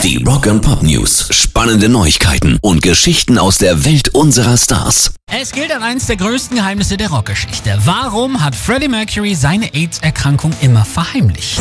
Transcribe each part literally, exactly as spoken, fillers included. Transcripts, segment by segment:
Die Rock and Pop News. Spannende Neuigkeiten und Geschichten aus der Welt unserer Stars. Es gilt als eines der größten Geheimnisse der Rockgeschichte. Warum hat Freddie Mercury seine AIDS-Erkrankung immer verheimlicht?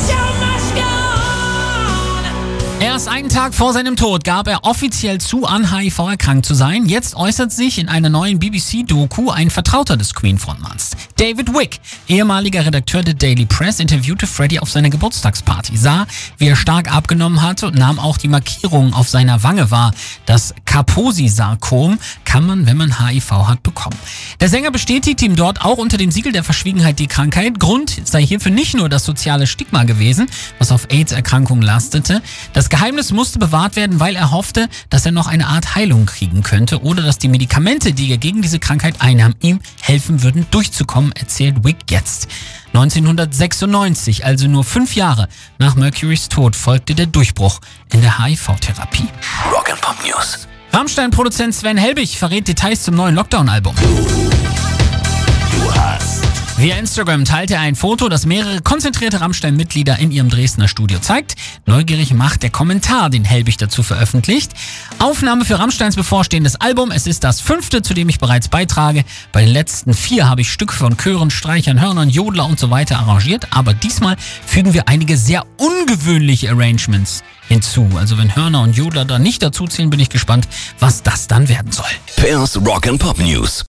Erst einen Tag vor seinem Tod gab er offiziell zu, an H I V erkrankt zu sein. Jetzt äußert sich in einer neuen B B C-Doku ein Vertrauter des Queen-Frontmanns. David Wick, ehemaliger Redakteur der Daily Press, interviewte Freddie auf seiner Geburtstagsparty, sah, wie er stark abgenommen hatte und nahm auch die Markierung auf seiner Wange wahr. Das Kaposi-Sarkom kann man, wenn man H I V hat, bekommen. Der Sänger bestätigte ihm dort auch unter dem Siegel der Verschwiegenheit die Krankheit. Grund sei hierfür nicht nur das soziale Stigma gewesen, was auf AIDS-Erkrankungen lastete. Das Geheimnis musste bewahrt werden, weil er hoffte, dass er noch eine Art Heilung kriegen könnte oder dass die Medikamente, die er gegen diese Krankheit einnahm, ihm helfen würden, durchzukommen, erzählt Wick jetzt. neunzehnhundertsechsundneunzig, also nur fünf Jahre nach Mercurys Tod, folgte der Durchbruch in der H I V-Therapie. Rock and Pop News. Rammstein-Produzent Sven Helbig verrät Details zum neuen Lockdown-Album. Via Instagram teilte er ein Foto, das mehrere konzentrierte Rammstein-Mitglieder in ihrem Dresdner Studio zeigt. Neugierig macht der Kommentar, den Helbig dazu veröffentlicht. Aufnahme für Rammsteins bevorstehendes Album. Es ist das fünfte, zu dem ich bereits beitrage. Bei den letzten vier habe ich Stücke von Chören, Streichern, Hörnern, Jodler und so weiter arrangiert. Aber diesmal fügen wir einige sehr ungewöhnliche Arrangements hinzu. Also wenn Hörner und Jodler da nicht dazu zählen, bin ich gespannt, was das dann werden soll. Pairs Rock and Pop News.